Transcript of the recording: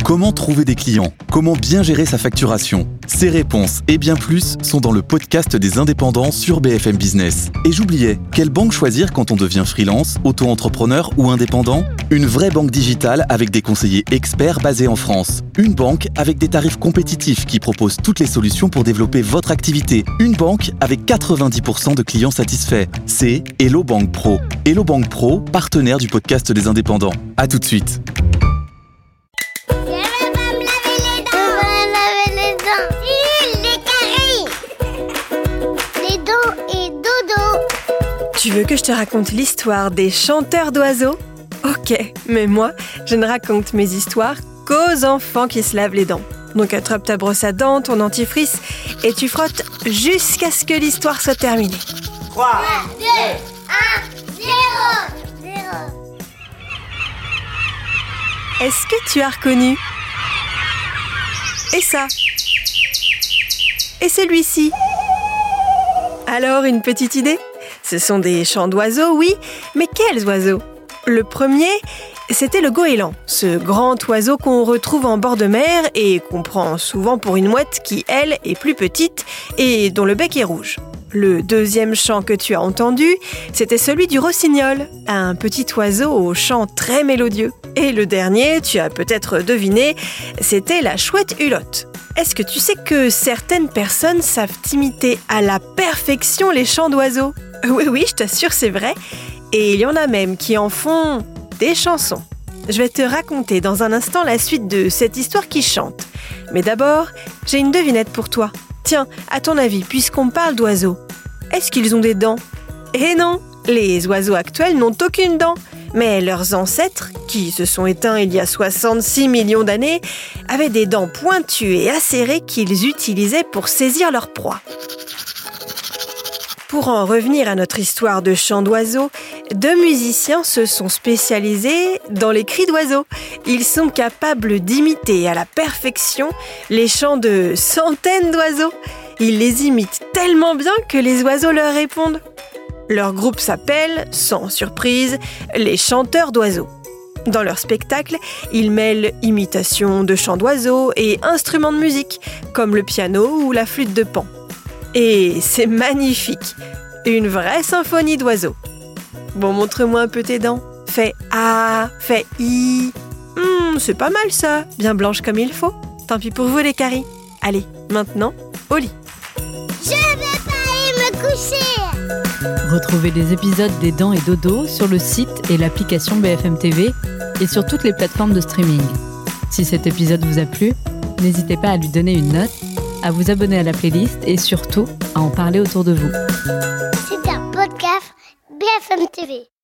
Comment trouver des clients ? Comment bien gérer sa facturation ? Ces réponses et bien plus sont dans le podcast des indépendants sur BFM Business. Et j'oubliais, quelle banque choisir quand on devient freelance, auto-entrepreneur ou indépendant ? Une vraie banque digitale avec des conseillers experts basés en France. Une banque avec des tarifs compétitifs qui propose toutes les solutions pour développer votre activité. Une banque avec 90% de clients satisfaits. C'est Hello Bank Pro. Hello Bank Pro, partenaire du podcast des indépendants. À tout de suite. Tu veux que je te raconte l'histoire des chanteurs d'oiseaux ? Ok, mais moi, je ne raconte mes histoires qu'aux enfants qui se lavent les dents. Donc attrape ta brosse à dents, ton dentifrice, et tu frottes jusqu'à ce que l'histoire soit terminée. 3, 2, 1, 0. Est-ce que tu as reconnu ? Et ça ? Et celui-ci ? Alors, une petite idée ? Ce sont des chants d'oiseaux, oui, mais quels oiseaux ? Le premier, c'était le goéland, ce grand oiseau qu'on retrouve en bord de mer et qu'on prend souvent pour une mouette qui, elle, est plus petite et dont le bec est rouge. Le deuxième chant que tu as entendu, c'était celui du rossignol, un petit oiseau au chant très mélodieux. Et le dernier, tu as peut-être deviné, c'était la chouette hulotte. Est-ce que tu sais que certaines personnes savent imiter à la perfection les chants d'oiseaux ? Oui, je t'assure, c'est vrai. Et il y en a même qui en font des chansons. Je vais te raconter dans un instant la suite de cette histoire qui chante. Mais d'abord, j'ai une devinette pour toi. Tiens, à ton avis, puisqu'on parle d'oiseaux, est-ce qu'ils ont des dents ? Eh non, les oiseaux actuels n'ont aucune dent. Mais leurs ancêtres, qui se sont éteints il y a 66 millions d'années, avaient des dents pointues et acérées qu'ils utilisaient pour saisir leur proie. Pour en revenir à notre histoire de chants d'oiseaux, 2 musiciens se sont spécialisés dans les cris d'oiseaux. Ils sont capables d'imiter à la perfection les chants de centaines d'oiseaux. Ils les imitent tellement bien que les oiseaux leur répondent. Leur groupe s'appelle, sans surprise, les chanteurs d'oiseaux. Dans leur spectacle, ils mêlent imitation de chants d'oiseaux et instruments de musique, comme le piano ou la flûte de Pan. Et c'est magnifique, une vraie symphonie d'oiseaux. Bon, montre-moi un peu tes dents. Fais A, fais I. C'est pas mal ça, bien blanche comme il faut. Tant pis pour vous les caries. Allez, maintenant, au lit. Je vais pas aller me coucher. Retrouvez les épisodes des Dents et Dodo sur le site et l'application BFM TV et sur toutes les plateformes de streaming. Si cet épisode vous a plu, n'hésitez pas à lui donner une note, à vous abonner à la playlist et surtout à en parler autour de vous. C'est un podcast BFM TV.